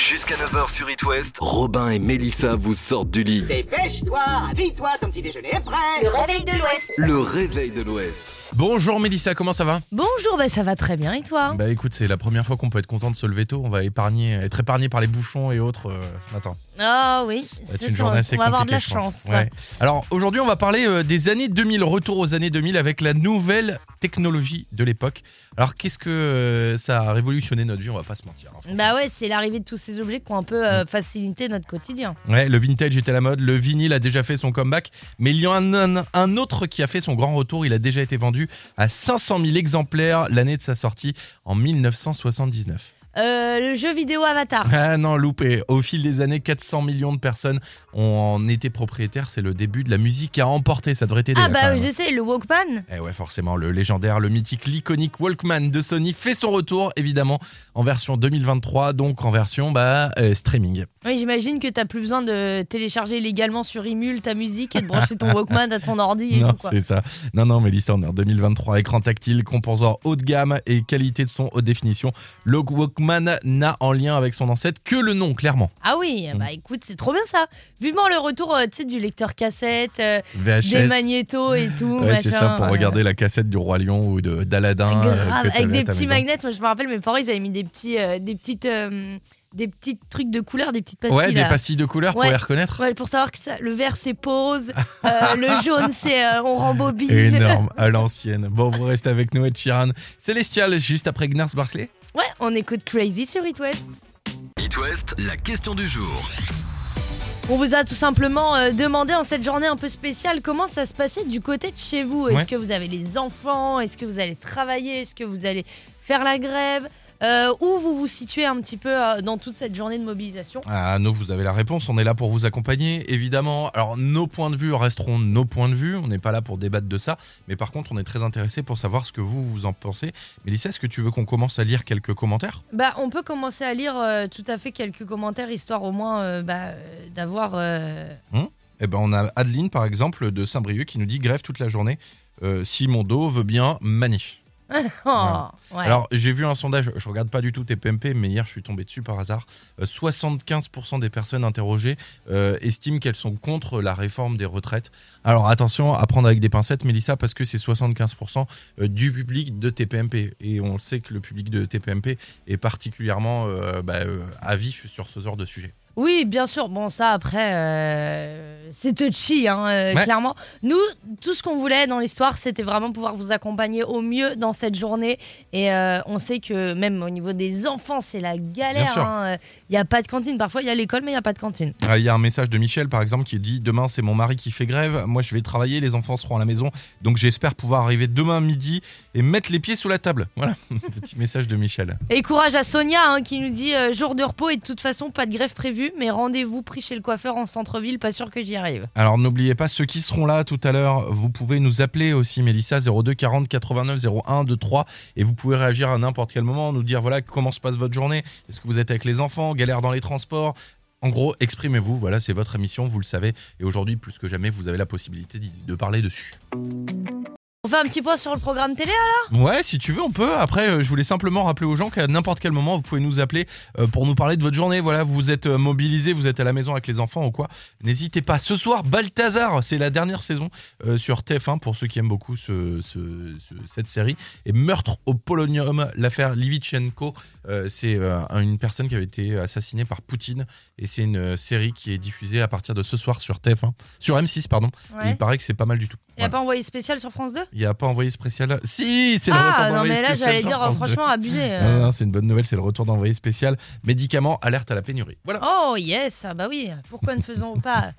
Jusqu'à 9h sur It West, Robin et Mélissa vous sortent du lit. Dépêche-toi, habille-toi, ton petit déjeuner est prêt. Le réveil de l'Ouest. Le réveil de l'Ouest. Bonjour Mélissa, comment ça va ? Bonjour, ça va très bien et toi ? Bah écoute, c'est la première fois qu'on peut être content de se lever tôt. On va être épargné par les bouchons et autres ce matin. Ah oui, C'est une journée assez on va avoir de la compliquée, je pense. chance. Ouais. Alors aujourd'hui, on va parler des années 2000, retour aux années 2000 avec la nouvelle technologie de l'époque. Alors qu'est-ce que ça a révolutionné notre vie, on va pas se mentir. Bah ouais, c'est l'arrivée de tous ces objets qui ont un peu facilité notre quotidien. Ouais, le vintage était à la mode, le vinyle a déjà fait son comeback, mais il y en a un autre qui a fait son grand retour. Il a déjà été vendu à 500 000 exemplaires l'année de sa sortie en 1979. Le jeu vidéo Avatar. Ah non, loupé. Au fil des années, 400 millions de personnes en étaient propriétaires. C'est le début de la musique à emporter. Ça devrait t'aider. Ah là, bah quand même. je sais, le Walkman. Eh ouais, forcément, le légendaire, le mythique, l'iconique Walkman de Sony fait son retour, évidemment, en version 2023, donc en version streaming. Oui, j'imagine que t'as plus besoin de télécharger illégalement sur Emule ta musique et de brancher ton Walkman à ton ordi et Non, tout quoi. c'est ça. Non, Mélissa, on est en 2023. Écran tactile, composant haut de gamme et qualité de son haute définition. Le Walkman n'a en lien avec son ancêtre que le nom, clairement. Ah oui, bah écoute, c'est trop bien ça. Vivement le retour du lecteur cassette, VHS. des magnétos et tout. Ouais, machin. c'est ça, pour regarder la cassette du Roi Lion ou d'Aladin. Grave, que avec t'avais des à ta petits maison. magnets. Moi je me rappelle, mes parents ils avaient mis des petits trucs de couleur, des petites pastilles. Ouais, des là. pastilles de couleur pour Ouais. les reconnaître. Ouais, pour savoir que le vert c'est pause, le jaune c'est on rembobine. Énorme, à l'ancienne. Bon, vous restez avec nous, Ed Sheeran. Célestial, juste après Gnars Barclay. Ouais, on écoute Crazy sur It West. It West, la question du jour. On vous a tout simplement demandé en cette journée un peu spéciale comment ça se passait du côté de chez vous. Est-ce Ouais. que vous avez les enfants ? Est-ce que vous allez travailler ? Est-ce que vous allez faire la grève ? Où vous vous situez un petit peu dans toute cette journée de mobilisation ? Ah, nous, vous avez la réponse. On est là pour vous accompagner, évidemment. Alors, nos points de vue resteront nos points de vue. On n'est pas là pour débattre de ça. Mais par contre, on est très intéressé pour savoir ce que vous en pensez. Mélissa, est-ce que tu veux qu'on commence à lire quelques commentaires ? Bah, on peut commencer à lire tout à fait quelques commentaires, histoire au moins d'avoir... Eh ben, on a Adeline, par exemple, de Saint-Brieuc, qui nous dit grève toute la journée. Si mon dos veut bien, manif. Ouais. Alors, j'ai vu un sondage, je regarde pas du tout TPMP, mais hier je suis tombé dessus par hasard. 75% des personnes interrogées estiment qu'elles sont contre la réforme des retraites. Alors attention, à prendre avec des pincettes, Mélissa, parce que c'est 75% du public de TPMP. Et on sait que le public de TPMP est particulièrement à vif sur ce genre de sujet. Oui, bien sûr. Bon, ça, après, c'est touchy, Ouais. clairement. Nous, tout ce qu'on voulait dans l'histoire, c'était vraiment pouvoir vous accompagner au mieux dans cette journée. Et on sait que même au niveau des enfants, c'est la Bien galère. sûr. Il n'y a pas de cantine. Parfois, il y a l'école, mais il n'y a pas de cantine. Il y a un message de Michel, par exemple, qui dit « Demain, c'est mon mari qui fait grève. Moi, je vais travailler. Les enfants seront à la maison. Donc, j'espère pouvoir arriver demain midi et mettre les pieds sous la table. » Voilà, petit message de Michel. Et courage à Sonia, qui nous dit jour de repos et de toute façon, pas de grève prévue. Mais rendez-vous pris chez le coiffeur en centre-ville. Pas sûr que j'y arrive. Alors n'oubliez pas, ceux qui seront là tout à l'heure, vous pouvez nous appeler aussi, Mélissa, 02 40 89 01 23, et vous pouvez réagir à n'importe quel moment, nous dire voilà comment se passe votre journée, est-ce que vous êtes avec les enfants, galère dans les transports. En gros, exprimez-vous, voilà, c'est votre émission, vous le savez, et aujourd'hui, plus que jamais, vous avez la possibilité de parler dessus. On fait un petit point sur le programme télé. Ouais, si tu veux, on peut. Après, je voulais simplement rappeler aux gens qu'à n'importe quel moment, vous pouvez nous appeler pour nous parler de votre journée. Voilà, vous êtes mobilisés, vous êtes à la maison avec les enfants ou quoi. N'hésitez pas. Ce soir, Balthazar, c'est la dernière saison sur TF1 pour ceux qui aiment beaucoup cette série. Et Meurtre au polonium, l'affaire Livichenko. C'est une personne qui avait été assassinée par Poutine. Et c'est une série qui est diffusée à partir de ce soir sur TF1. Sur M6, pardon. Ouais. Et il paraît que c'est pas mal du tout. Il n'y a pas envoyé spécial sur France 2 Il n'y a pas envoyé spécial. Si, c'est le retour Ah non, d'envoyé mais là, spécial. j'allais sur dire, France 2. franchement, abusé. Non, c'est une bonne nouvelle, c'est le retour d'envoyé spécial. Médicaments, alerte à la pénurie. Voilà. Oh yes, ah bah oui. Pourquoi ne faisons-nous pas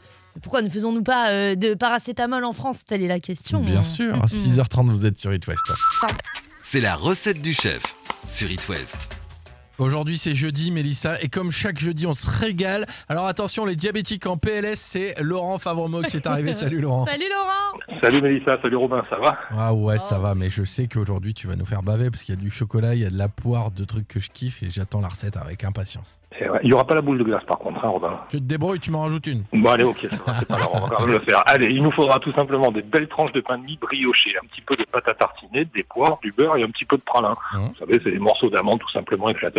de paracétamol en France? Telle est la question. Bien sûr, à 6h30, vous êtes sur It West. C'est la recette du chef sur It West. Aujourd'hui, c'est jeudi, Mélissa, et comme chaque jeudi, on se régale. Alors attention, les diabétiques en PLS, c'est Laurent Favremo qui est arrivé. Salut Laurent. Salut Laurent. Salut Mélissa, salut Robin, ça va? Ah ouais, ça va, mais je sais qu'aujourd'hui, tu vas nous faire baver parce qu'il y a du chocolat, il y a de la poire, de trucs que je kiffe et j'attends la recette avec impatience. Et ouais, il n'y aura pas la boule de glace par contre, hein, Robin. Tu te débrouilles, tu m'en rajoutes une. Bon allez, ok, ça va, c'est pas grave, on va quand même le faire. Allez, il nous faudra tout simplement des belles tranches de pain de mie briochées, un petit peu de pâte à tartiner, des poires, du beurre et un petit peu de pralin. Mmh. Vous savez, c'est des morceaux d'amande tout simplement éclatés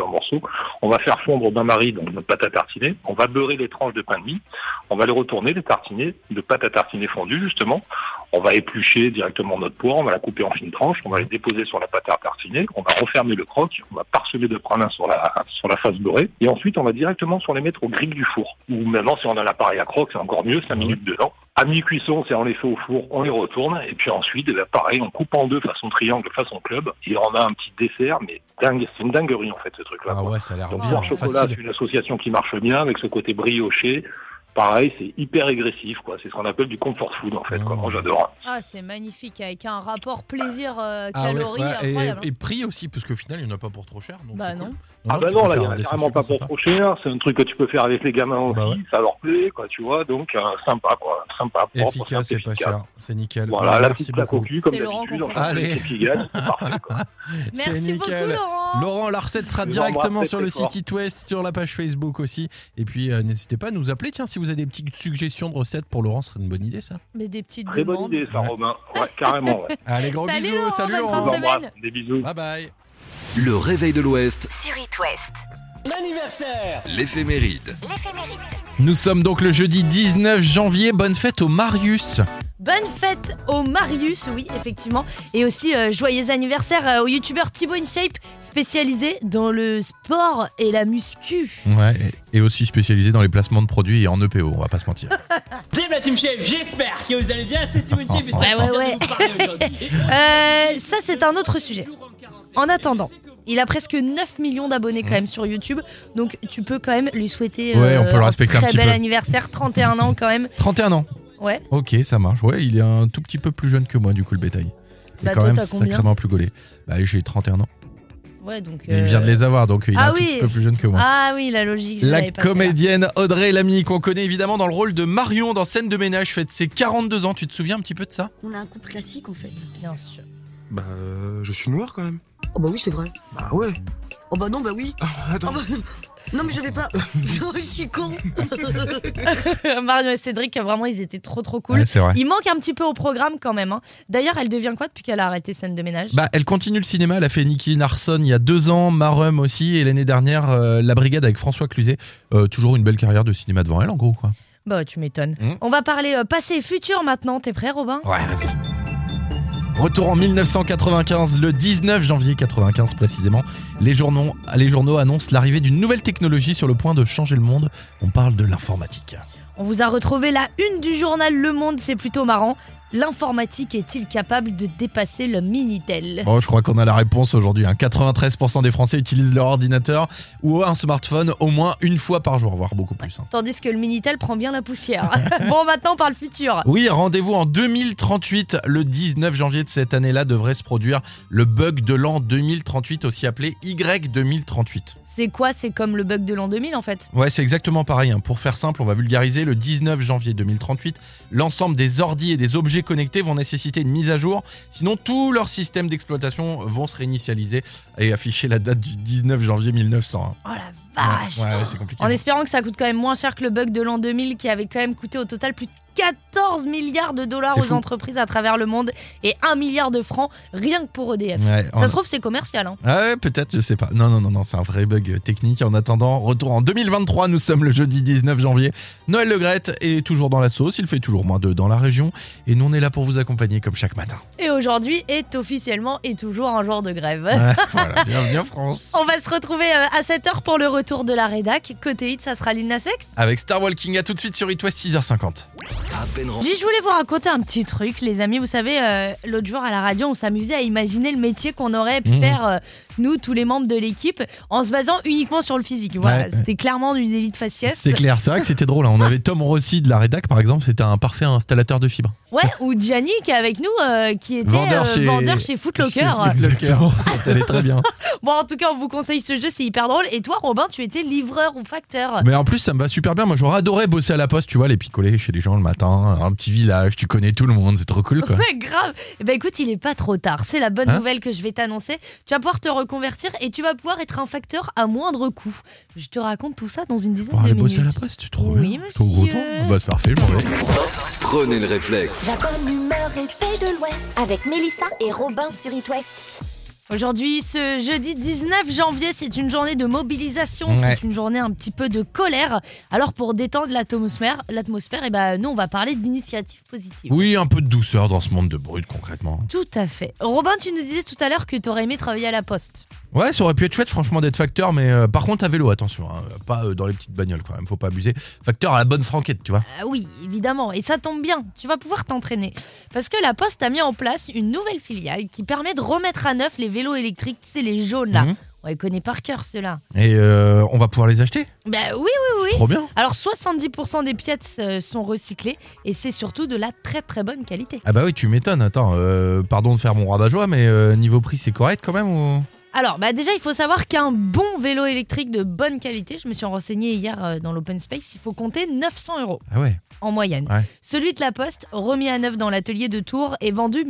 en morceaux. On va faire fondre au bain-marie donc notre pâte à tartiner. On va beurrer les tranches de pain de mie. On va les retourner, les tartiner de pâte à tartiner fondue justement. On va éplucher directement notre poire, on va la couper en fines tranches, on va les déposer sur la pâte à tartiner, on va refermer le croque, on va parsemer de pralin sur la face beurrée, et ensuite on va directement les mettre au grill du four. Ou maintenant, si on a l'appareil à croque, c'est encore mieux, 5 minutes dedans. À mi-cuisson, c'est on les fait au four, on les retourne, et puis ensuite, pareil, on coupe en deux façon triangle, façon club, et on a un petit dessert, mais dingue, c'est une dinguerie en fait ce truc-là. Ah ouais, ça a l'air donc bien, Bizarre Chocolat, facile. c'est une association qui marche bien avec ce côté brioché. Pareil, c'est hyper agressif, quoi. C'est ce qu'on appelle du comfort food, en fait, quoi. Moi, j'adore. Ah, c'est magnifique, avec un rapport plaisir-calories ouais, incroyable. et prix aussi, parce qu'au final, il n'y en a pas pour trop cher. Donc Bah c'est non. cool. Ah bah tu non, peux là, il faire y en un a dessin carrément pas super pour sympa. trop cher. C'est un truc que tu peux faire avec les gamins aussi. Bah ouais. Ça leur plaît, quoi, tu vois. Donc, sympa, quoi. Sympa, propre, Efficace et simple, pas efficace. cher. C'est nickel. Voilà, Bon, la merci petite plaque beaucoup. au cul, comme C'est Laurent d'habitude. qu'on On Allez. fait qui gagne, c'est parfait, quoi. Merci beaucoup, nickel. Laurent. Laurent, la recette sera Je vous directement embrasse sur très le fort. site It West, sur la page Facebook aussi. Et puis, n'hésitez pas à nous appeler. Tiens, si vous avez des petites suggestions de recettes pour Laurent, ce serait une bonne idée, ça. Mais des petites Très bonne demandes. idée, ça, Ouais. Romain. Ouais, carrément, ouais. Allez, gros Salut, bisous. Laurent, Salut bonne Je fin vous de Laurent. semaine. embrasse. Des bisous. Bye bye. Le réveil de l'Ouest, Sur It West. l'éphéméride. Nous sommes donc le jeudi 19 janvier. Bonne fête au Marius. Bonne fête au Marius, oui, effectivement. Et aussi, joyeux anniversaire au youtubeur Thibaut InShape, spécialisé dans le sport et la muscu. Ouais, et aussi spécialisé dans les placements de produits et en EPO, on va pas se mentir. Salut la Team Chef, j'espère que vous allez bien, c'est Team Chef. Ça, c'est un autre sujet. En attendant, il a presque 9 millions d'abonnés quand même sur YouTube, donc tu peux quand même lui souhaiter Ouais, on peut le respecter un très petit bel peu. anniversaire, 31 ans quand même. 31 ans. Ouais. Ok, ça marche. Ouais, il est un tout petit peu plus jeune que moi, du coup, le bétail. Il est Bah, quand toi, même t'as combien sacrément plus gaulé. Bah, j'ai 31 ans. Ouais, donc. Il vient de les avoir, donc il est Ah un tout oui. petit peu plus jeune que moi. Ah oui, la logique. je La l'avais pas fait, là. comédienne Audrey Lamy, qu'on connaît évidemment dans le rôle de Marion dans Scène de ménage, fête ses 42 ans. Tu te souviens un petit peu de ça? On a un couple classique en fait. Bien sûr. Bah, je suis noir quand même. Oh bah oui, c'est vrai. Bah ouais. Oh bah non, bah oui. Ah, attends. Oh bah... Non mais j'avais pas. Non, je suis con. Marion et Cédric, vraiment, ils étaient trop cool. Ouais, c'est vrai. Il manque un petit peu au programme quand même. Hein. D'ailleurs, elle devient quoi depuis qu'elle a arrêté Scène de ménage? Bah, elle continue le cinéma. Elle a fait Nicky Larson il y a 2 ans, Marum aussi, et l'année dernière, La Brigade avec François Cluzet. Toujours une belle carrière de cinéma devant elle, en gros, quoi. Bah, tu m'étonnes. Mmh. On va parler passé et futur maintenant. T'es prêt, Robin? Ouais, vas-y. Retour en 1995, le 19 janvier 95 précisément. Les journaux annoncent l'arrivée d'une nouvelle technologie sur le point de changer le monde. On parle de l'informatique. On vous a retrouvé la une du journal Le Monde, c'est plutôt marrant. L'informatique est-il capable de dépasser le Minitel? Bon, je crois qu'on a la réponse aujourd'hui. 93% des Français utilisent leur ordinateur ou un smartphone au moins une fois par jour, voire beaucoup plus. Tandis que le Minitel prend bien la poussière. Bon, maintenant on parle futur. Oui, rendez-vous en 2038. Le 19 janvier de cette année-là devrait se produire le bug de l'an 2038, aussi appelé Y 2038. C'est quoi? C'est comme le bug de l'an 2000 en fait. Ouais, c'est exactement pareil. Pour faire simple, on va vulgariser. Le 19 janvier 2038, l'ensemble des ordis et des objets connectés vont nécessiter une mise à jour. Sinon, tous leurs systèmes d'exploitation vont se réinitialiser et afficher la date du 19 janvier 1900. Oh la vache! Ouais, c'est compliqué. En espérant que ça coûte quand même moins cher que le bug de l'an 2000 qui avait quand même coûté au total plus de 14 milliards de dollars C'est aux fou. entreprises à travers le monde et 1 milliard de francs rien que pour EDF. Ouais, Ça se trouve c'est commercial. Hein. Ah ouais, peut-être, je sais pas. Non, c'est un vrai bug technique. En attendant, retour en 2023, nous sommes le jeudi 19 janvier. Noël Le Graët est toujours dans la sauce, il fait toujours moins 2 dans la région. Et nous, on est là pour vous accompagner comme chaque matin. Et aujourd'hui est officiellement et toujours un jour de grève. Ouais, voilà, bienvenue en France. On va se retrouver à 7h pour le retour de la rédac. Côté hit, ça sera Lil Nas X. Avec Star Walking, à tout de suite sur It West 6h50. À peine rentré. Je voulais vous raconter un petit truc, les amis. Vous savez, l'autre jour à la radio, on s'amusait à imaginer le métier qu'on aurait pu faire, nous, tous les membres de l'équipe, en se basant uniquement sur le physique. Voilà, Ouais. c'était clairement une élite faciès. C'est clair, c'est vrai que c'était drôle. On avait Tom Rossi de la rédac, par exemple, c'était un parfait installateur de fibres. Ouais, ou Gianni qui est avec nous, qui était vendeur chez Footlocker. Exactement, ça allait très bien. Bon, en tout cas, on vous conseille ce jeu, c'est hyper drôle. Et toi, Robin, tu étais livreur ou facteur. Mais en plus, ça me va super bien. Moi, j'aurais adoré bosser à la poste, tu vois, les picoler chez les gens le matin, un petit village, tu connais tout le monde, c'est trop cool, quoi. Ouais, grave. Eh ben écoute, il est pas trop tard. C'est la bonne Hein nouvelle que je vais t'annoncer. Tu vas pouvoir te reconvertir et tu vas pouvoir être un facteur à moindre coût. Je te raconte tout ça dans une dizaine Pour de aller minutes. bosser à la poste, tu trouves Oui, bien. Je suis trop monsieur. content. Bah, c'est parfait, je m'en vais. Prenez le réflexe. La bonne humeur et paix de l'Ouest avec Mélissa et Robin sur It West. Aujourd'hui, ce jeudi 19 janvier, c'est une journée de mobilisation, Ouais. c'est une journée un petit peu de colère. Alors pour détendre l'atmosphère, nous on va parler d'initiatives positives. Oui, un peu de douceur dans ce monde de brut, concrètement. Tout à fait. Robin, tu nous disais tout à l'heure que tu aurais aimé travailler à la poste. Ouais, ça aurait pu être chouette, franchement, d'être facteur, mais par contre à vélo, attention, hein, pas dans les petites bagnoles quand même, faut pas abuser. Facteur à la bonne franquette, tu vois. Ah oui, évidemment, et ça tombe bien, tu vas pouvoir t'entraîner. Parce que la Poste a mis en place une nouvelle filiale qui permet de remettre à neuf les vélos électriques, c'est les jaunes là. Mhm. On les connaît par cœur ceux-là. Et on va pouvoir les acheter. Bah oui. C'est trop bien. Alors 70% des pièces sont recyclées et c'est surtout de la très très bonne qualité. Ah bah oui, tu m'étonnes, attends, pardon de faire mon rabat-joie, mais niveau prix c'est correct quand même ou... Alors déjà il faut savoir qu'un bon vélo électrique de bonne qualité, je me suis renseignée hier dans l'open space, il faut compter 900 € Ah ouais. en moyenne. Ouais. Celui de la Poste, remis à neuf dans l'atelier de Tours, est vendu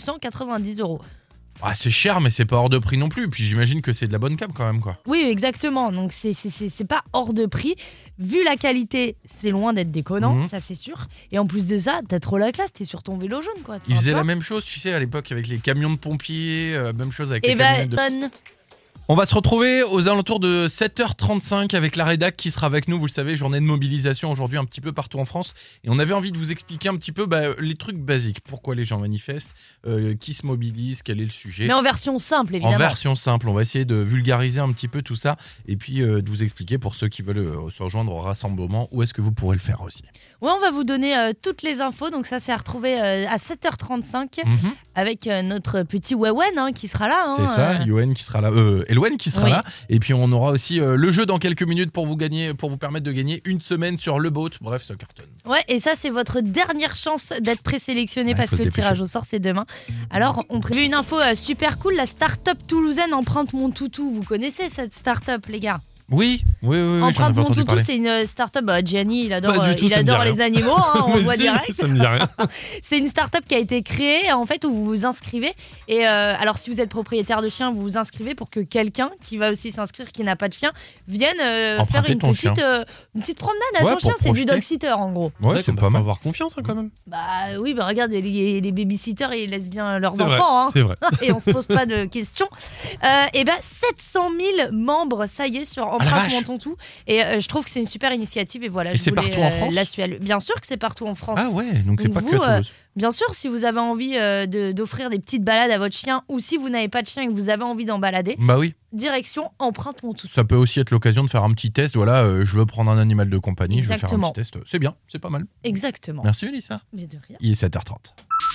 1290 €. Ah c'est cher mais c'est pas hors de prix non plus, puis j'imagine que c'est de la bonne cam quand même quoi. Oui, exactement. Donc c'est pas hors de prix. Vu la qualité, c'est loin d'être déconnant, Mhm. ça c'est sûr. Et en plus de ça, t'as trop la classe, t'es sur ton vélo jaune quoi. Ils faisaient Enfin, la même chose, tu sais, à l'époque avec les camions de pompiers, même chose avec Et les camionnettes de... On va se retrouver aux alentours de 7h35 avec la rédac qui sera avec nous, vous le savez, journée de mobilisation aujourd'hui un petit peu partout en France. Et on avait envie de vous expliquer un petit peu les trucs basiques, pourquoi les gens manifestent, qui se mobilisent, quel est le sujet. Mais en version simple, évidemment. En version simple, on va essayer de vulgariser un petit peu tout ça et puis de vous expliquer pour ceux qui veulent se rejoindre au rassemblement où est-ce que vous pourrez le faire aussi. Ouais, on va vous donner toutes les infos. Donc ça, c'est à retrouver à 7h35 avec notre petit Wewen qui sera là. C'est ça, Yoann qui sera là, Elouen qui sera Oui. là. Et puis on aura aussi le jeu dans quelques minutes pour vous permettre de gagner une semaine sur le boat. Bref, ça cartonne. Ouais, et ça, c'est votre dernière chance d'être présélectionné Ouais, parce faut que se le tirage dépêcher. au sort, c'est demain. Alors, on prévu une info super cool. La start-up toulousaine Empreinte Mon Toutou. Vous connaissez cette start-up, les gars? Oui, j'en Empreinte avais Mon entendu Toutou, parler. c'est une start-up. Gianni, il adore, Pas du tout, ça me dit rien. les animaux, on Mais voit si, direct. ça me dit rien. C'est une start-up qui a été créée en fait où vous vous inscrivez. Et alors, si vous êtes propriétaire de chien, vous vous inscrivez pour que quelqu'un qui va aussi s'inscrire, qui n'a pas de chien, vienne faire Emprunter une ton chien. petite promenade à Ouais, ton pour chien. C'est du profiter. dog-sitter en gros. Ouais, c'est pas Faut mal. avoir confiance quand même. Bah oui, bah regarde, les babysitters, ils laissent bien leurs C'est vrai, enfants. Hein. c'est vrai. Et on se pose pas de questions. Et ben 700 000 membres, ça y est, sur la Empreinte vache. Mon Toutou. Et je trouve que c'est une super initiative. Et voilà, Et je c'est voulais, partout en France la suivre. Bien sûr que c'est partout en France. Ah ouais, donc c'est Donc pas vous, que à Toulouse. Bien sûr, si vous avez envie d'offrir des petites balades à votre chien ou si vous n'avez pas de chien et que vous avez envie d'en balader, Bah oui, direction Empreinte Mon Toutou. ça peut aussi être l'occasion de faire un petit test. Voilà, je veux prendre un animal de compagnie, je veux faire un Exactement. petit test. C'est bien, c'est pas mal. Exactement. Merci Mélissa. Mais de rien. Il est 7h30.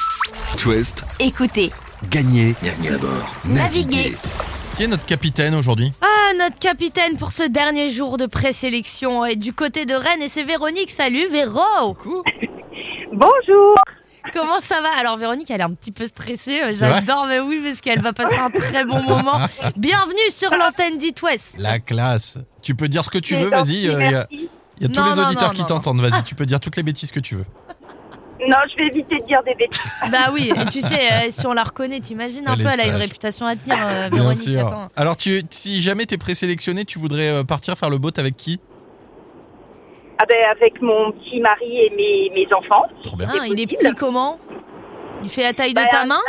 Twist, Écoutez, gagner. Bienvenue à bord. naviguez. Qui est notre capitaine aujourd'hui? Ah, notre capitaine pour ce dernier jour de présélection est du côté de Rennes et c'est Véronique. Salut Véro. Bonjour. Comment ça va? Alors Véronique, elle est un petit peu stressée. vrai J'adore, mais oui, parce qu'elle va passer un très bon moment. Bienvenue sur l'antenne d'It West. La classe. Tu peux dire ce que tu C'est veux, vas-y. gentil, Il y a merci. tous Non, les non, auditeurs non, qui non, t'entendent. Vas-y, tu peux dire toutes les bêtises que tu veux. Non, je vais éviter de dire des bêtises. Bah oui, et tu sais, si on la reconnaît, t'imagines un Elle peu, est elle a une sage. réputation à tenir, Bien Véronique. sûr. Attends. Alors, si jamais t'es présélectionné, tu voudrais partir faire le boat avec qui? Ah ben, avec mon petit mari et mes enfants. Trop bien. Ah, il est possible. petit comment? Il fait la taille de Ben, ta main?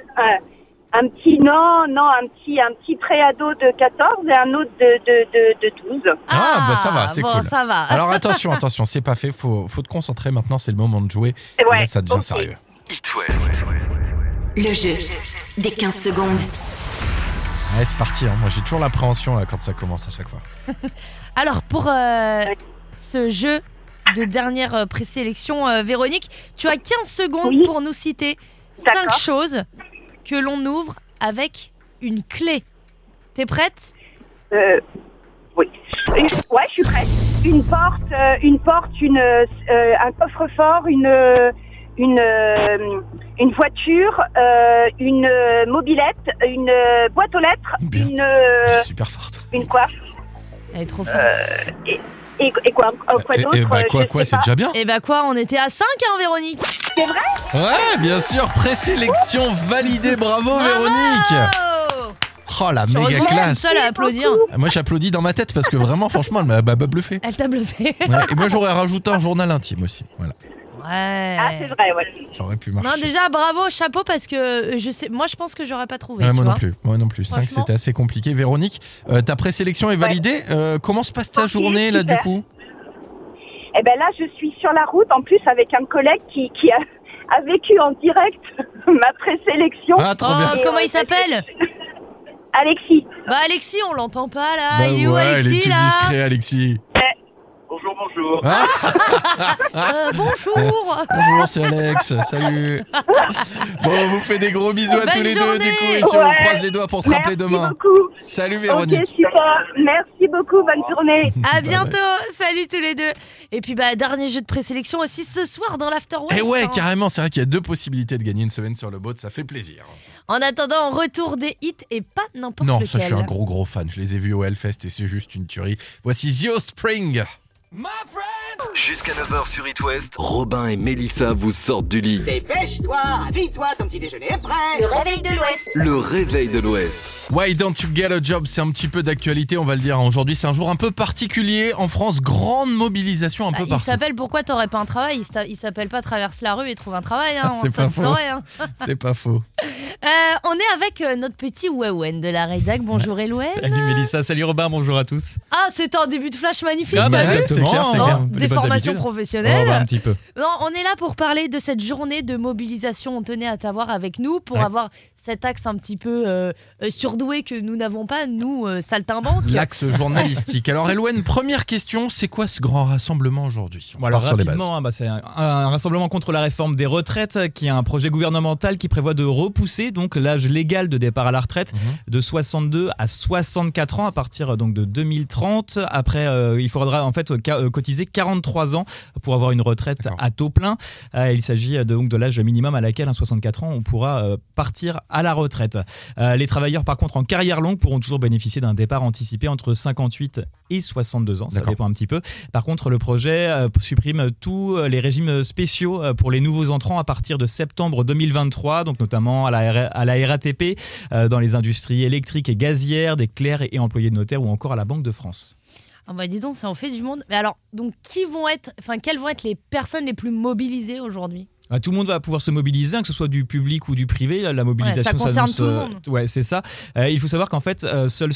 Un petit, un petit préado de 14 et un autre de 12. Ah, bah ça va, c'est bon, cool. ça va. Alors attention, c'est pas fait, faut te concentrer maintenant, c'est le moment de jouer. Et Ouais, là, ça devient ok. sérieux. It West. Le jeu des 15 secondes. Allez, c'est parti, hein. Moi j'ai toujours l'appréhension là, quand ça commence à chaque fois. Alors, pour ce jeu de dernière présélection, Véronique, tu as 15 secondes Oui. pour nous citer 5 D'accord. choses que l'on ouvre avec une clé. T'es prête? Oui. Ouais, je suis prête. Une porte, un coffre-fort, une voiture, une mobilette, une boîte aux lettres, Bien. Elle est super forte. une quoi? Elle est trop forte. Et quoi d'autre? Quoi, c'est déjà bien. Et bah quoi, on était à 5, hein, Véronique? C'est vrai? Ouais, bien sûr, présélection validée, bravo Véronique. Oh la méga Heureusement, je suis classe. seule à applaudir. Moi j'applaudis dans ma tête parce que vraiment franchement elle m'a bluffé. Elle t'a bluffé. Ouais, et moi j'aurais rajouté un journal intime aussi. Voilà. Ouais. Ah, c'est vrai, ouais. Ça aurait pu marcher. Non, déjà, bravo, chapeau, parce que moi, je pense que j'aurais pas trouvé. Ouais, tu moi vois. non plus. Moi non plus. 5, Franchement. c'était assez compliqué. Véronique, ta présélection est validée. Comment se passe ta journée là super. du coup? Eh ben là, je suis sur la route, en plus, avec un collègue qui a vécu en direct ma présélection. Ah, trop bien. Comment il s'appelle? Alexis. Bah, Alexis, on l'entend pas là. Bah Il est où, ouais, il est Alexis, tout là? discret, Alexis. Bonjour. Bonjour. Bonjour, c'est Alex. Salut. Bon, on vous fait des gros bisous à Belle tous les journée. deux du coup et puis on croise les doigts pour te rappeler demain. Merci beaucoup. Salut Véronique. Ok, super. Merci beaucoup, bonne journée. À bientôt. Salut tous les deux. Et puis, bah, dernier jeu de présélection aussi ce soir dans l'After West. Et ouais, hein. carrément, c'est vrai qu'il y a 2 possibilités de gagner une semaine sur le boat, ça fait plaisir. En attendant, retour des hits et pas n'importe Non, lequel. ça je suis un gros fan, je les ai vus au Hellfest et c'est juste une tuerie. Voici The Offspring. Jusqu'à 9h sur It West, Robin et Mélissa vous sortent du lit. Dépêche-toi, habille-toi, ton petit déjeuner est prêt. Le réveil de l'Ouest. Le réveil de l'Ouest. Why don't you get a job? C'est un petit peu d'actualité, on va le dire. Aujourd'hui, c'est un jour un peu particulier. En France, grande mobilisation un peu Il partout. s'appelle Pourquoi t'aurais pas un travail? Il s'appelle pas Traverse la rue et trouve un travail. Hein. C'est Ça pas se faux. saurait, hein. C'est pas faux. On est avec notre petit Wewen de la rédac. Bonjour Elouen. Salut Mélissa, salut Robin, bonjour à tous. Ah, c'était un début de flash magnifique. Ah bah t'as vu exactement, c'est clair, c'est Non, clair. des formations professionnelles. Oh, bah, un petit peu. Non, on est là pour parler de cette journée de mobilisation. On tenait à t'avoir avec nous pour avoir cet axe un petit peu surdoué que nous n'avons pas, nous, saltimbanques. L'axe journalistique. Alors Elouen, première question, c'est quoi ce grand rassemblement aujourd'hui? Bon, alors Part sur les bases. rapidement, c'est un rassemblement contre la réforme des retraites qui est un projet gouvernemental qui prévoit de repousser donc l'âge légal de départ à la retraite de 62 à 64 ans à partir donc de 2030. Après, il faudra en fait cotiser 43 ans pour avoir une retraite à taux plein. Il s'agit donc de l'âge minimum à laquelle à 64 ans on pourra partir à la retraite. Les travailleurs par contre en carrière longue pourront toujours bénéficier d'un départ anticipé entre 58 et 62 ans, ça dépend un petit peu. Par contre, le projet supprime tous les régimes spéciaux pour les nouveaux entrants à partir de septembre 2023, donc notamment à la RATP, dans les industries électriques et gazières, des clercs et employés de notaire ou encore à la Banque de France. Ah bah dis donc, ça en fait du monde. Mais alors, donc quelles vont être les personnes les plus mobilisées aujourd'hui? Tout le monde va pouvoir se mobiliser, que ce soit du public ou du privé. La mobilisation, ça concerne tout le monde. Ouais, c'est ça. Il faut savoir qu'en fait, seuls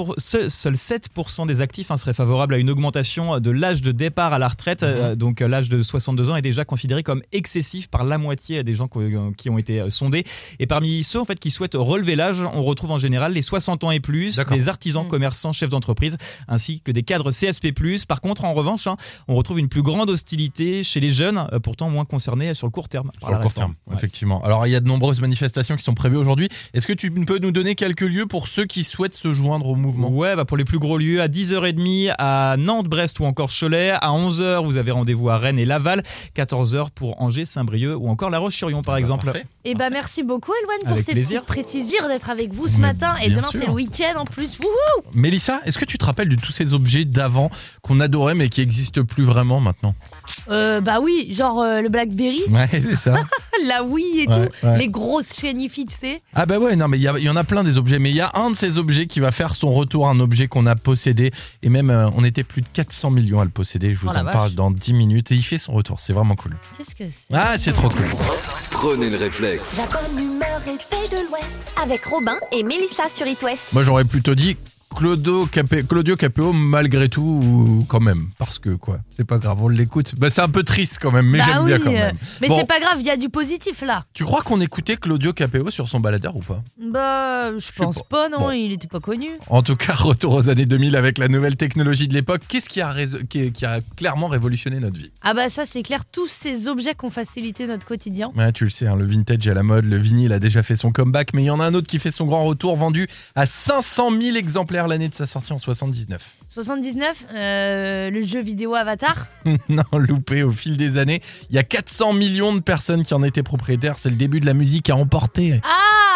7% des actifs seraient favorables à une augmentation de l'âge de départ à la retraite. Donc l'âge de 62 ans est déjà considéré comme excessif par la moitié des gens qui ont été sondés. Et parmi ceux en fait qui souhaitent relever l'âge, on retrouve en général les 60 ans et plus, des artisans, commerçants, chefs d'entreprise, ainsi que des cadres CSP+. Par contre, en revanche, on retrouve une plus grande hostilité chez les jeunes, pourtant moins concernés sur le court terme. Sur le court terme, effectivement. Alors, il y a de nombreuses manifestations qui sont prévues aujourd'hui. Est-ce que tu peux nous donner quelques lieux pour ceux qui souhaitent se joindre au mouvement? Ouais, pour les plus gros lieux, à 10h30 à Nantes, Brest ou encore Cholet. À 11h, vous avez rendez-vous à Rennes et Laval. 14h pour Angers, Saint-Brieuc ou encore La Roche-sur-Yon, par exemple. Parfait. Et merci beaucoup, Elouen, pour Avec ces plaisir. petites précisions, d'être avec vous ce matin. Et bien demain, sûr. c'est le week-end en plus. Wouhou! Mélissa, est-ce que tu te rappelles de tous ces objets d'avant qu'on adorait mais qui n'existent plus vraiment maintenant? Bah oui, genre le Blackberry. Ouais, c'est ça. La Wii et tout. Les grosses chaînes tu sais. Ah bah ouais, non mais il y en a plein des objets, mais il y a un de ces objets qui va faire son retour, un objet qu'on a possédé, et même on était plus de 400 millions à le posséder, je vous en parle dans 10 minutes, et il fait son retour, c'est vraiment cool. Qu'est-ce que c'est? Ah, c'est trop cool. Prenez le réflexe. La bonne humeur réveil de l'Ouest. Avec Robin et Mélissa sur It West. Moi j'aurais plutôt dit Claudio Capéo malgré tout, ou quand même, parce que quoi, c'est pas grave, on l'écoute. Bah c'est un peu triste quand même, mais j'aime bien quand même. Mais bon, c'est pas grave, il y a du positif là. tu crois qu'on écoutait Claudio Capéo sur son baladeur ou pas? Bah je pense pas, non, il était pas connu. En tout cas, retour aux années 2000 avec la nouvelle technologie de l'époque. Qu'est-ce qui a clairement révolutionné notre vie? Ah bah ça c'est clair, tous ces objets qui ont facilité notre quotidien. Ouais, tu le sais, le vintage est à la mode, le vinyle a déjà fait son comeback, mais il y en a un autre qui fait son grand retour, vendu à 500 000 exemplaires l'année de sa sortie en 79. 79, le jeu vidéo Avatar. Non, loupé au fil des années. Il y a 400 millions de personnes qui en étaient propriétaires. C'est le début de la musique à emporter.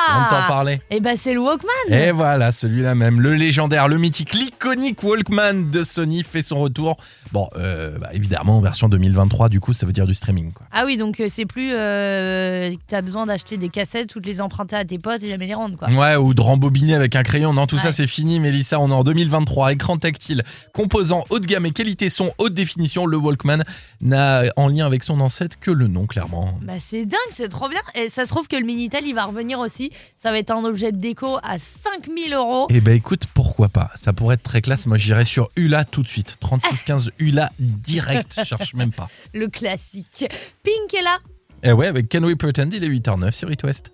On t'en parlait. Et bah c'est le Walkman. Et voilà, celui-là même, le légendaire, le mythique, l'iconique Walkman de Sony fait son retour. Bon, évidemment en version 2023, du coup ça veut dire du streaming, quoi. Ah oui, donc c'est plus t'as besoin d'acheter des cassettes, toutes les emprunter à tes potes et jamais les rendre, quoi. Ouais, ou de rembobiner avec un crayon. Non, tout ça c'est fini, Mélissa. On est en 2023. Écran tactile, composant haut de gamme et qualité son haute définition. Le Walkman n'a en lien avec son ancêtre que le nom, clairement. Bah c'est dingue, c'est trop bien. Et ça se trouve que le Minitel il va revenir aussi. Ça va être un objet de déco à 5000 €. Eh ben écoute, pourquoi pas. Ça pourrait être très classe. Moi j'irais sur ULA tout de suite. 3615 ULA direct. Je cherche même pas. Le classique. Pink est là. Eh ouais, avec Can We Pretend, il est 8h09 sur It West.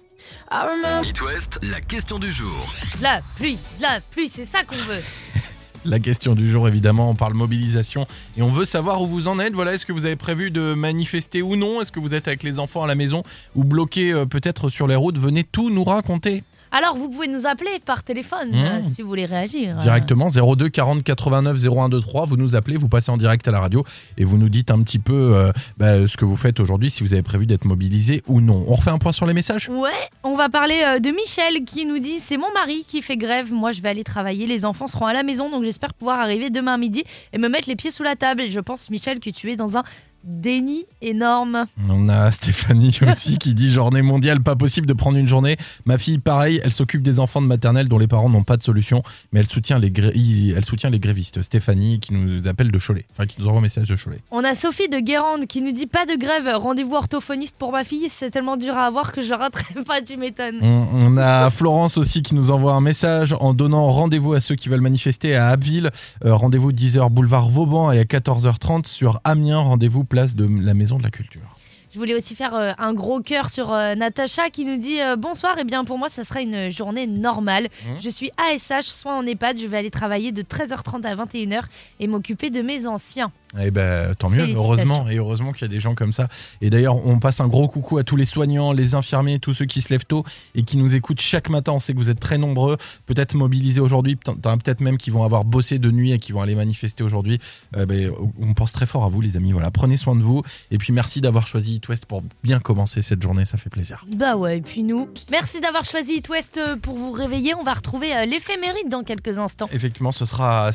It West, la question du jour. La pluie, c'est ça qu'on veut. La question du jour, évidemment, on parle mobilisation et on veut savoir où vous en êtes. Voilà, est-ce que vous avez prévu de manifester ou non ? Est-ce que vous êtes avec les enfants à la maison ou bloqués peut-être sur les routes ? Venez tout nous raconter. Alors, vous pouvez nous appeler par téléphone si vous voulez réagir. Directement, 02 40 89 01 23. Vous nous appelez, vous passez en direct à la radio et vous nous dites un petit peu ce que vous faites aujourd'hui, si vous avez prévu d'être mobilisé ou non. On refait un point sur les messages ? Ouais, on va parler de Michel qui nous dit « C'est mon mari qui fait grève, moi je vais aller travailler, les enfants seront à la maison, donc j'espère pouvoir arriver demain midi et me mettre les pieds sous la table. » Et je pense, Michel, que tu es dans un déni énorme. On a Stéphanie aussi qui dit journée mondiale, pas possible de prendre une journée. Ma fille, pareil, elle s'occupe des enfants de maternelle dont les parents n'ont pas de solution, mais elle soutient les grévistes. Stéphanie qui nous appelle de Cholet, enfin qui nous envoie un message de Cholet. On a Sophie de Guérande qui nous dit pas de grève, rendez-vous orthophoniste pour ma fille, c'est tellement dur à avoir que je raterai pas, tu m'étonnes. On a Florence aussi qui nous envoie un message en donnant rendez-vous à ceux qui veulent manifester à Abbeville, rendez-vous 10h boulevard Vauban et à 14h30 sur Amiens, rendez-vous place de la Maison de la Culture. Je voulais aussi faire un gros cœur sur Natacha qui nous dit bonsoir, et bien pour moi ça sera une journée normale. Je suis ASH, soins en EHPAD, je vais aller travailler de 13h30 à 21h et m'occuper de mes anciens. Eh ben, tant mieux, heureusement qu'il y a des gens comme ça. Et d'ailleurs, on passe un gros coucou à tous les soignants, les infirmiers, tous ceux qui se lèvent tôt et qui nous écoutent chaque matin. On sait que vous êtes très nombreux, peut-être mobilisés aujourd'hui, peut-être même qui vont avoir bossé de nuit et qui vont aller manifester aujourd'hui. On pense très fort à vous, les amis. Voilà, prenez soin de vous. Et puis merci d'avoir choisi It West pour bien commencer cette journée, ça fait plaisir. Bah ouais, et puis nous, merci d'avoir choisi It West pour vous réveiller. On va retrouver l'éphéméride dans quelques instants. Effectivement, ce sera à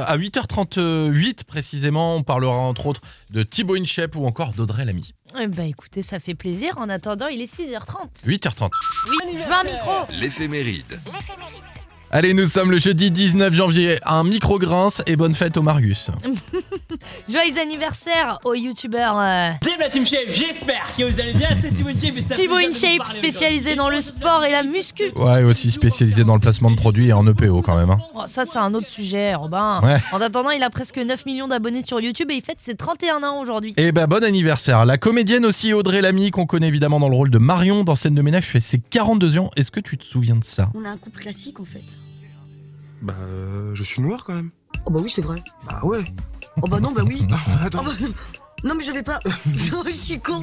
8h38 précisément. On parlera entre autres de Thibaut InShape ou encore d'Audrey Lamy. Bah écoutez, ça fait plaisir. En attendant, il est 6h30. 8h30. Oui, je veux un micro. L'éphéméride. Allez, nous sommes le jeudi 19 janvier. Un micro grince et bonne fête au Marius. Joyeux anniversaire aux youtubeurs. Salut la Team Shape, j'espère que vous allez bien. C'est Thibaut InShape. Thibaut InShape, spécialisé dans le sport et la muscu. Ouais, aussi spécialisé dans le placement de produits et en EPO quand même. Hein. Oh, ça, c'est un autre sujet, Robin. Ouais. En attendant, il a presque 9 millions d'abonnés sur YouTube et il fête ses 31 ans aujourd'hui. Et bah, bon anniversaire. La comédienne aussi, Audrey Lamy, qu'on connaît évidemment dans le rôle de Marion dans Scène de ménage, fait ses 42 ans. Est-ce que tu te souviens de ça ? On a un couple classique en fait. Bah, je suis noir quand même. Oh bah oui, c'est vrai. Bah ouais. Oh bah non, bah oui. Attends. Oh bah... Non mais j'avais pas... Non, je suis con.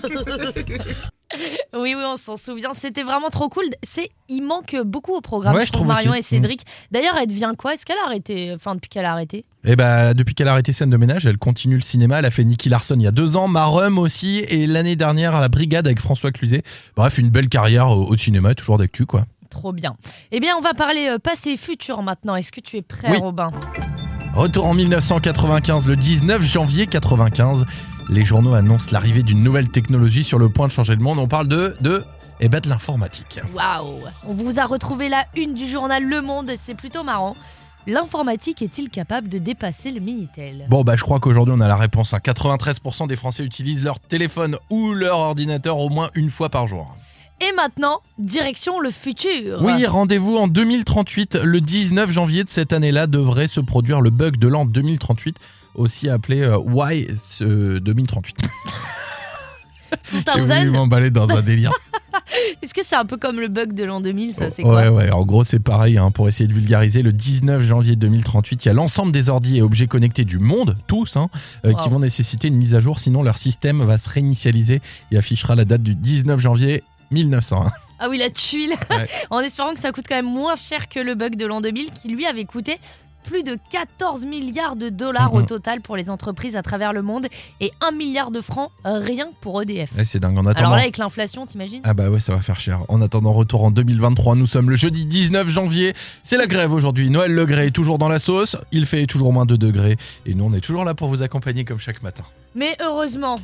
Oui, on s'en souvient. C'était vraiment trop cool. Il manque beaucoup au programme, ouais, je trouve, Marion aussi. et Cédric. D'ailleurs, elle devient quoi ? Est-ce qu'elle a arrêté ? Enfin, depuis qu'elle a arrêté ? Eh bah, depuis qu'elle a arrêté Scène de ménage, elle continue le cinéma. Elle a fait Nicky Larson il y a 2 ans, Marum aussi, et l'année dernière à la Brigade avec François Cluzet. Bref, une belle carrière au cinéma, toujours d'actu, quoi. Trop bien. Eh bien, on va parler passé et futur maintenant. Est-ce que tu es prêt, oui. Robin ? Retour en 1995, le 19 janvier 95. Les journaux annoncent l'arrivée d'une nouvelle technologie sur le point de changer le monde. On parle de l'informatique. Waouh ! On vous a retrouvé la une du journal Le Monde. C'est plutôt marrant. L'informatique est-il capable de dépasser le Minitel ? Bon, je crois qu'aujourd'hui on a la réponse. 93% des Français utilisent leur téléphone ou leur ordinateur au moins une fois par jour. Et maintenant, direction le futur. Oui, rendez-vous en 2038. Le 19 janvier de cette année-là devrait se produire le bug de l'an 2038, aussi appelé Why 2038. J'ai voulu m'emballer dans un délire. Est-ce que c'est un peu comme le bug de l'an 2000, ça, c'est quoi ? Ouais, en gros c'est pareil, hein, pour essayer de vulgariser, le 19 janvier 2038, il y a l'ensemble des ordi et objets connectés du monde, tous, qui vont nécessiter une mise à jour, sinon leur système va se réinitialiser et affichera la date du 19 janvier 1901. Ah oui, la tuile. Ouais. En espérant que ça coûte quand même moins cher que le bug de l'an 2000 qui lui avait coûté plus de 14 milliards de dollars au total pour les entreprises à travers le monde et 1 milliard de francs rien que pour EDF. Ouais, c'est dingue. En attendant... Alors là, avec l'inflation, t'imagines ? Ah bah ouais, ça va faire cher. En attendant, retour en 2023, nous sommes le jeudi 19 janvier. C'est la grève aujourd'hui. Noël Le Gret est toujours dans la sauce. Il fait toujours moins 2 degrés. Et nous, on est toujours là pour vous accompagner comme chaque matin. Mais heureusement.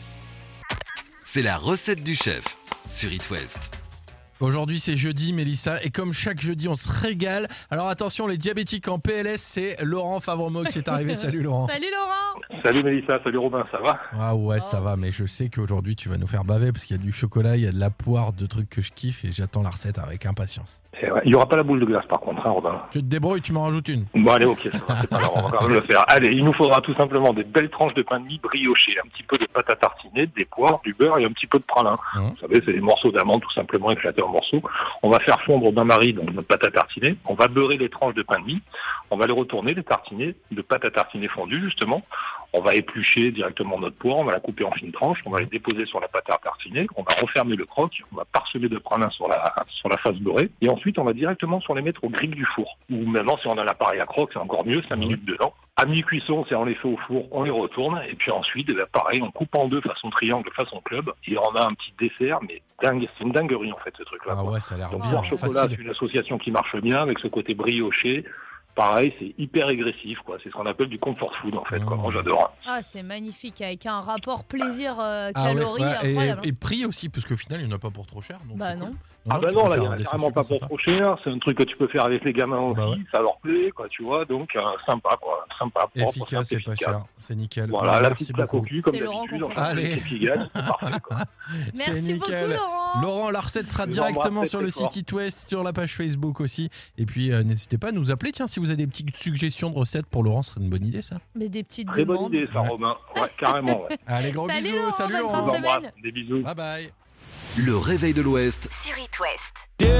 C'est la recette du chef sur It West. Aujourd'hui c'est jeudi Mélissa et comme chaque jeudi on se régale. Alors attention les diabétiques en PLS, c'est Laurent Favremo qui est arrivé. Salut Laurent. Salut Laurent. Salut Mélissa, salut Robin, ça va ? Ah ouais ça va, mais je sais qu'aujourd'hui tu vas nous faire baver parce qu'il y a du chocolat, il y a de la poire, de trucs que je kiffe et j'attends la recette avec impatience. Et ouais, il n'y aura pas la boule de glace par contre, hein, Robin. Tu te débrouilles, tu m'en rajoutes une. Bon allez, ok, ça va, c'est pas grave, on va quand même le faire. Allez, il nous faudra tout simplement des belles tranches de pain de mie briochées, un petit peu de pâte à tartiner, des poires, du beurre et un petit peu de pralin. Vous savez, c'est des morceaux d'amandes tout simplement éclatés en morceaux. On va faire fondre au bain-marie donc notre pâte à tartiner. On va beurrer les tranches de pain de mie. On va les retourner, les tartiner de pâte à tartiner fondue justement. On va éplucher directement notre poire, on va la couper en fines tranches, on va les déposer sur la pâte à tartiner, on va refermer le croc, on va parsemer de pralin sur la face beurrée, et ensuite on va directement les mettre au grill du four. Ou maintenant, si on a l'appareil à croc, c'est encore mieux, 5 minutes dedans. À mi-cuisson, c'est on les fait au four, on les retourne, et puis ensuite, pareil, on coupe en deux façon triangle, façon club, et on a un petit dessert, mais dingue, c'est une dinguerie en fait ce truc-là. Ah ouais, ça a l'air bien. bien. Chocolat, Facile. c'est une association qui marche bien avec ce côté brioché. Pareil, c'est hyper agressif, quoi. C'est ce qu'on appelle du comfort food, en fait, quoi. Moi, j'adore. Ah, c'est magnifique, avec un rapport plaisir Ah calories ouais, incroyable. et prix aussi, parce qu'au final, il n'y en a pas pour trop cher. Donc bah c'est non. cool. Ah bah non, là, il n'y en a carrément pas pour trop cher. C'est un truc que tu peux faire avec les gamins aussi. Bah ouais. Ça leur plaît, quoi, tu vois. Donc, sympa, quoi. Sympa, propre, Efficace et pas cher. C'est nickel. Voilà, la merci petite plaque au beaucoup. cul, comme C'est Laurent d'habitude. qu'on Allez. C'est parfait, quoi. Merci beaucoup, nickel. Laurent. Laurent, la recette sera Je vous directement embrasse sur le très fort. site It West, sur la page Facebook aussi. Et puis, n'hésitez pas à nous appeler. Tiens, si vous avez des petites suggestions de recettes pour Laurent, ce serait une bonne idée, ça. Mais des petites Très bonne demandes. idée, ça, Romain. Ouais, carrément, ouais. Allez, gros Salut, bisous. Laurent, Salut bonne Laurent. fin de Je vous embrasse. semaine. Des bisous. Bye bye. Le réveil de l'Ouest. Sur It West.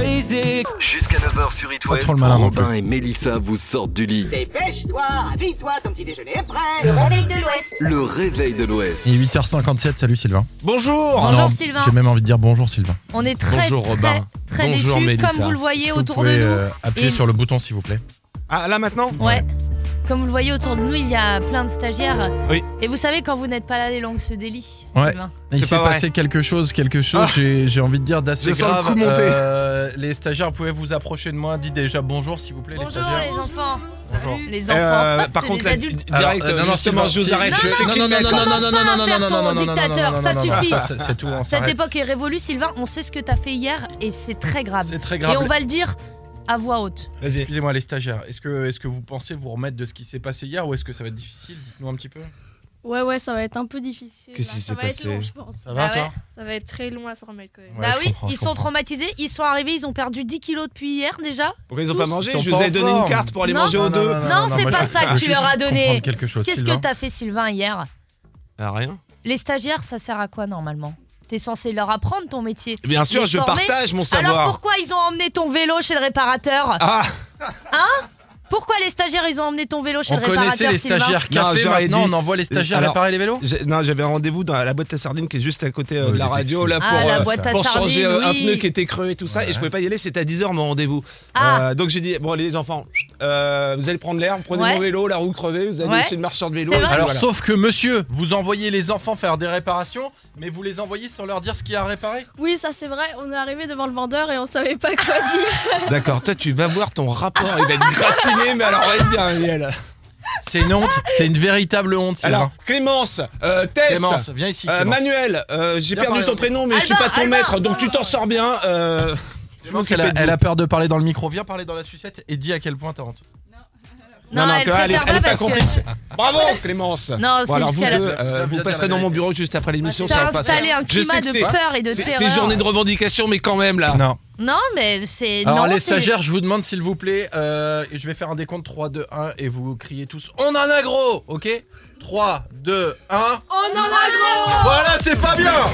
Jusqu'à 9h sur It Pas West, trop le malin non Robin et Mélissa vous sortent du lit. Dépêche-toi, habille-toi, ton petit déjeuner est prêt. Le réveil de l'Ouest. Le réveil de l'Ouest. Et 8h57, salut Sylvain. Bonjour. Bonjour, Non, Sylvain. J'ai même envie de dire bonjour Sylvain. On est très, Bonjour, très, Robin. très Bonjour, déçus, Mélissa. comme vous le voyez Vous autour pouvez de nous. appuyer Et- sur le bouton s'il vous plaît. Ah, là maintenant Ouais. Comme vous le voyez autour de nous, il y a plein de stagiaires. Oui. Et vous savez, quand vous n'êtes pas là, les langues se délient. Ouais. Sylvain. Il C'est s'est pas vrai. passé quelque chose, Ah. j'ai envie de dire d'assez Je sens le grave. coup monter. Les stagiaires, pouvez vous approcher de moi. Dites déjà bonjour s'il vous plaît Bonjour les stagiaires. les enfants. Bonjour. Les enfants, par c'est contre, des là, adultes. direct, justement, je vous arrête. Non, Je sais non, qu'il non, met- non, non, non, non, non, dictateur, ça suffit. C'est tout, on Cette s'arrête. époque est révolue, Sylvain. On sait ce que t'as fait hier et c'est très grave. C'est très Et grave. on va le dire à voix haute. Vas-y. Excusez-moi les stagiaires, est-ce que vous pensez vous remettre de ce qui s'est passé hier ou est-ce que ça va être difficile? Dites-nous un petit peu. Ouais, ça va être un peu difficile. Qu'est-ce qui là. s'est Ça va être passé long, je pense. Ça va Ah ouais. toi? Ça va être très long à se remettre quand même. Ouais, bah je oui, comprends, ils je sont comprends. traumatisés. Ils sont arrivés, ils ont perdu 10 kilos depuis hier déjà. Pourquoi ils ont Tous. pas mangé? Ils sont Je pas vous ai en donné une forme. carte pour aller Non. manger aux deux. Non, c'est moi, pas je- ça que je tu veux leur as juste donné. comprendre quelque chose, Qu'est-ce Sylvain. que t'as fait, Sylvain, hier? Ah, rien. Les stagiaires, ça sert à quoi normalement? T'es censé leur apprendre ton métier. Bien sûr, Les je former. partage mon Alors savoir. pourquoi ils ont emmené ton vélo chez le réparateur? Ah, Pourquoi les stagiaires ils ont emmené ton vélo chez On le réparateur? connaissait les Sylvain stagiaires Non, café, j'aurais maintenant dit- on envoie les stagiaires Alors, réparer les vélos? Non, j'avais un rendez-vous dans la boîte à sardines qui est juste à côté de Oui, la les radio là excuses. pour, Ah, la boîte à pour changer sardines, un oui. pneu qui était crevé et tout ça. Et je pouvais pas y aller, c'était à 10h mon rendez-vous. Ah. Donc j'ai dit, bon les enfants, vous allez prendre l'air, vous prenez Ouais. mon vélo, la roue crevée, vous allez Ouais. chez le marchand de vélo. C'est et puis vrai. Alors voilà. sauf que monsieur, vous envoyez les enfants faire des réparations, mais vous les envoyez sans leur dire ce qu'il y a à réparer? Oui, ça c'est vrai. On est arrivé devant le vendeur et on savait pas quoi dire. D'accord, toi tu vas voir ton rapport, il va être gratiné, mais alors elle bien, Ariel. C'est une honte, c'est une véritable honte Sylvain. Alors Clémence, Tess, Clémence, viens ici Clémence. Manuel, j'ai Viens perdu parler ton dans le prénom, mais je suis Alba, pas ton Alba, maître, donc tu t'en sors bien. Je Clémence, m'occupe de elle vous. a peur de parler dans le micro. Viens parler dans la sucette et dis à quel point t'as honte. Non, elle tu vois, elle est préfère pas parce que- complice. Bravo Clémence. Non, c'est alors juste vous qu'elle a- deux, Viens vous dire passerez la dans mon vérité. bureau juste après l'émission, ça T'as va passer. installé un Je climat sais que de c'est- peur et de c'est terreur. journée de revendication, mais quand même là. Non. Non, mais c'est. Alors non, les c'est- stagiaires, je vous demande s'il vous plaît, et je vais faire un décompte 3, 2, 1 et vous criez tous on en a gros, ok? 3, 2, 1. On en a gros. Voilà, c'est pas bien.